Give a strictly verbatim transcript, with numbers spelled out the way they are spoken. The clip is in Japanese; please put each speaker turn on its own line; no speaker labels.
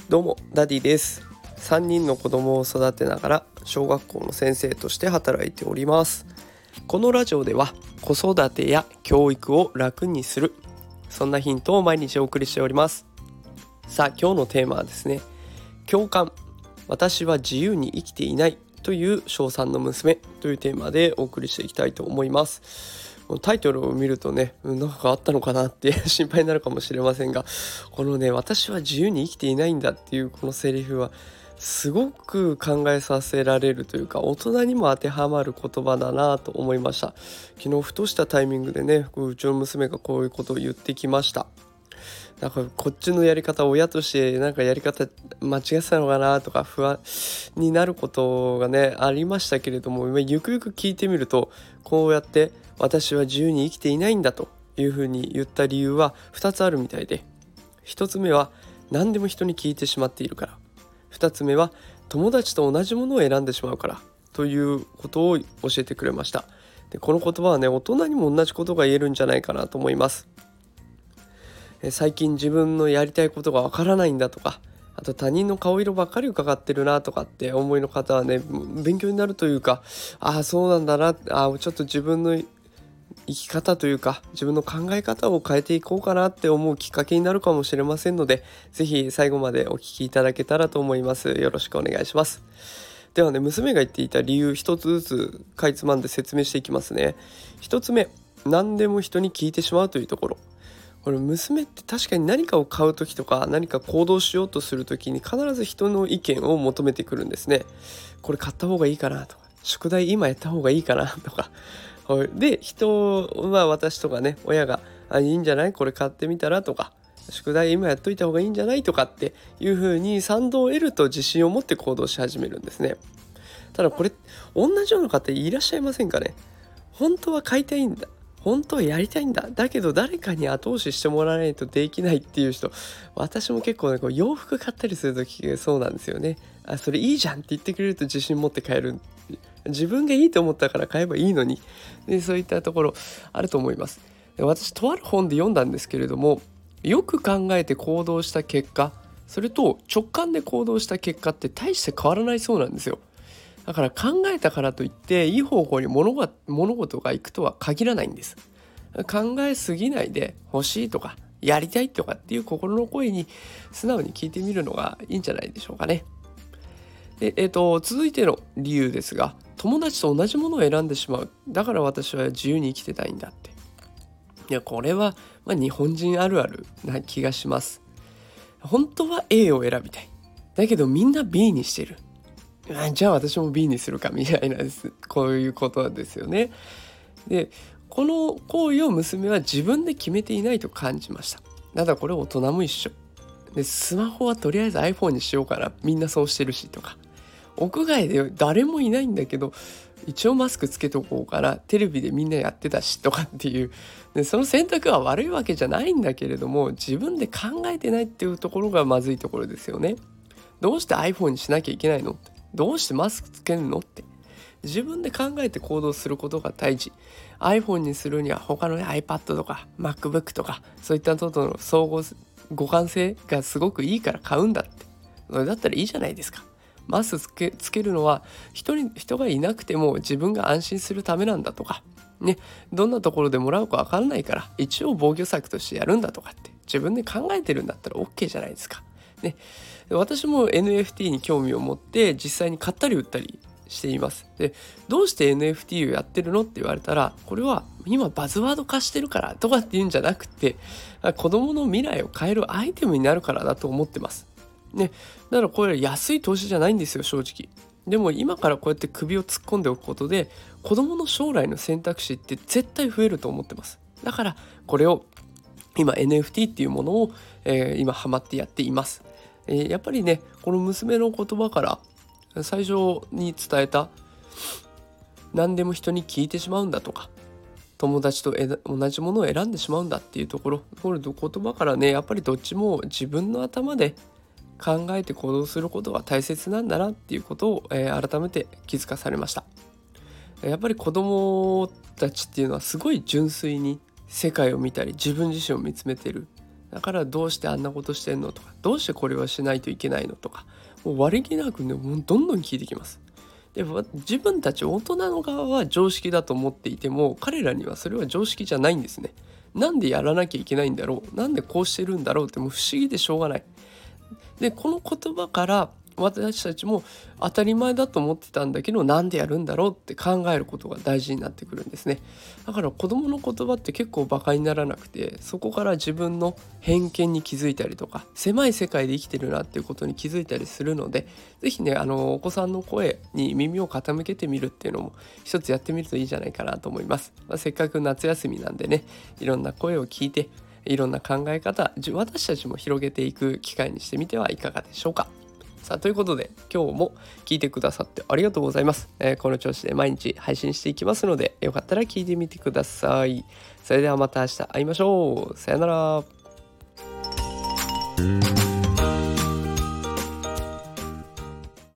どうもダディです。さんにんの子供を育てながら小学校の先生として働いております。このラジオでは子育てや教育を楽にする、そんなヒントを毎日お送りしております。さあ今日のテーマはですね、共感、私は自由に生きていないという小さんの娘というテーマでお送りしていきたいと思います。タイトルを見るとね、何かあったのかなって心配になるかもしれませんが、このね、私は自由に生きていないんだっていうこのセリフはすごく考えさせられるというか、大人にも当てはまる言葉だなと思いました。昨日ふとしたタイミングでね、うちの娘がこういうことを言ってきました。なんかこっちのやり方、親としてなんかやり方間違ってたのかなとか不安になることがねありましたけれども、ゆくゆく聞いてみると、こうやって私は自由に生きていないんだというふうに言った理由はふたつあるみたいで、ひとつめは何でも人に聞いてしまっているから、ふたつめは友達と同じものを選んでしまうからということを教えてくれました。でこの言葉はね、大人にも同じことが言えるんじゃないかなと思います。最近自分のやりたいことがわからないんだとか、あと他人の顔色ばっかり伺ってるなとかって思いの方はね、勉強になるというか、ああそうなんだな、あちょっと自分の生き方というか自分の考え方を変えていこうかなって思うきっかけになるかもしれませんので、ぜひ最後までお聞きいただけたらと思います。よろしくお願いします。ではね、娘が言っていた理由一つずつかいつまんで説明していきますね。一つ目、何でも人に聞いてしまうというところ。これ娘って確かに何かを買う時とか何か行動しようとする時に必ず人の意見を求めてくるんですね。これ買った方がいいかなとか、宿題今やった方がいいかなとか。で人は私とかね、親があいいんじゃない、これ買ってみたらとか、宿題今やっといた方がいいんじゃないとかっていう風に賛同を得ると自信を持って行動し始めるんですね。ただこれ同じような方いらっしゃいませんかね。本当は買いたいんだ、本当はやりたいんだ、だけど誰かに後押ししてもらわないとできないっていう人、私も結構ね、こう洋服買ったりする時がそうなんですよね。あそれいいじゃんって言ってくれると自信持って買える。自分がいいと思ったから買えばいいのに、でそういったところあると思います。で私とある本で読んだんですけれども、よく考えて行動した結果、それと直感で行動した結果って大して変わらないそうなんですよ。だから考えたからといっていい方向に物が物事がいくとは限らないんです。考えすぎないで、欲しいとかやりたいとかっていう心の声に素直に聞いてみるのがいいんじゃないでしょうかね。で、えーと、続いての理由ですが、友達と同じものを選んでしまう、だから私は自由に生きてたいんだって。いやこれは、まあ、日本人あるあるな気がします。本当は A を選びたい、だけどみんな B にしてる、あじゃあ私も B にするかみたいなです。こういうことですよね。でこの行為を娘は自分で決めていないと感じました。ただこれ大人も一緒で、スマホはとりあえず iPhone にしようかな、みんなそうしてるしとか、屋外で誰もいないんだけど一応マスクつけとこうかな、テレビでみんなやってたしとかっていう、でその選択は悪いわけじゃないんだけれども、自分で考えてないっていうところがまずいところですよね。どうして iPhone にしなきゃいけないのって、どうしてマスクつけるのって、自分で考えて行動することが大事。 iPhone にするには他の、ね、iPad とか MacBook とかそういったのとの総合互換性がすごくいいから買うんだって。それだったらいいじゃないですか。マスクつけ、つけるのは人に人がいなくても自分が安心するためなんだとかね、どんなところでもらうか分からないから一応防御策としてやるんだとかって自分で考えてるんだったら OK じゃないですかね。私も エヌエフティー に興味を持って実際に買ったり売ったりしています。でどうして エヌエフティー をやってるのって言われたら、これは今バズワード化してるからとかっていうんじゃなくて、子供の未来を変えるアイテムになるからだと思ってますね。だからこれ安い投資じゃないんですよ、正直。でも今からこうやって首を突っ込んでおくことで子供の将来の選択肢って絶対増えると思ってます。だからこれを今 エヌエフティー っていうものを、えー、今ハマってやっています。えー、やっぱりね、この娘の言葉から最初に伝えた何でも人に聞いてしまうんだとか、友達と同じものを選んでしまうんだっていうところ、これ言葉からね、やっぱりどっちも自分の頭で考えて行動することが大切なんだなっていうことを、えー、改めて気づかされました。やっぱり子供たちっていうのはすごい純粋に世界を見たり自分自身を見つめてる。 だからどうしてあんなことしてんのとか、どうしてこれはしないといけないのとか、もう割り気なくね、もうどんどん聞いてきます。で自分たち大人の側は常識だと思っていても、彼らにはそれは常識じゃないんですね。なんでやらなきゃいけないんだろう、なんでこうしてるんだろうって、もう不思議でしょうがない。でこの言葉から私たちも当たり前だと思ってたんだけど、なんでやるんだろうって考えることが大事になってくるんですね。だから子供の言葉って結構バカにならなくて、そこから自分の偏見に気づいたりとか、狭い世界で生きてるなっていうことに気づいたりするので、ぜひねあのお子さんの声に耳を傾けてみるっていうのも一つやってみるといいんじゃないかなと思います。まあ、せっかく夏休みなんでね、いろんな声を聞いて、いろんな考え方、私たちも広げていく機会にしてみてはいかがでしょうか。さあということで、今日も聞いてくださってありがとうございます。えー、この調子で毎日配信していきますので、よかったら聞いてみてください。それではまた明日会いましょう。さよなら。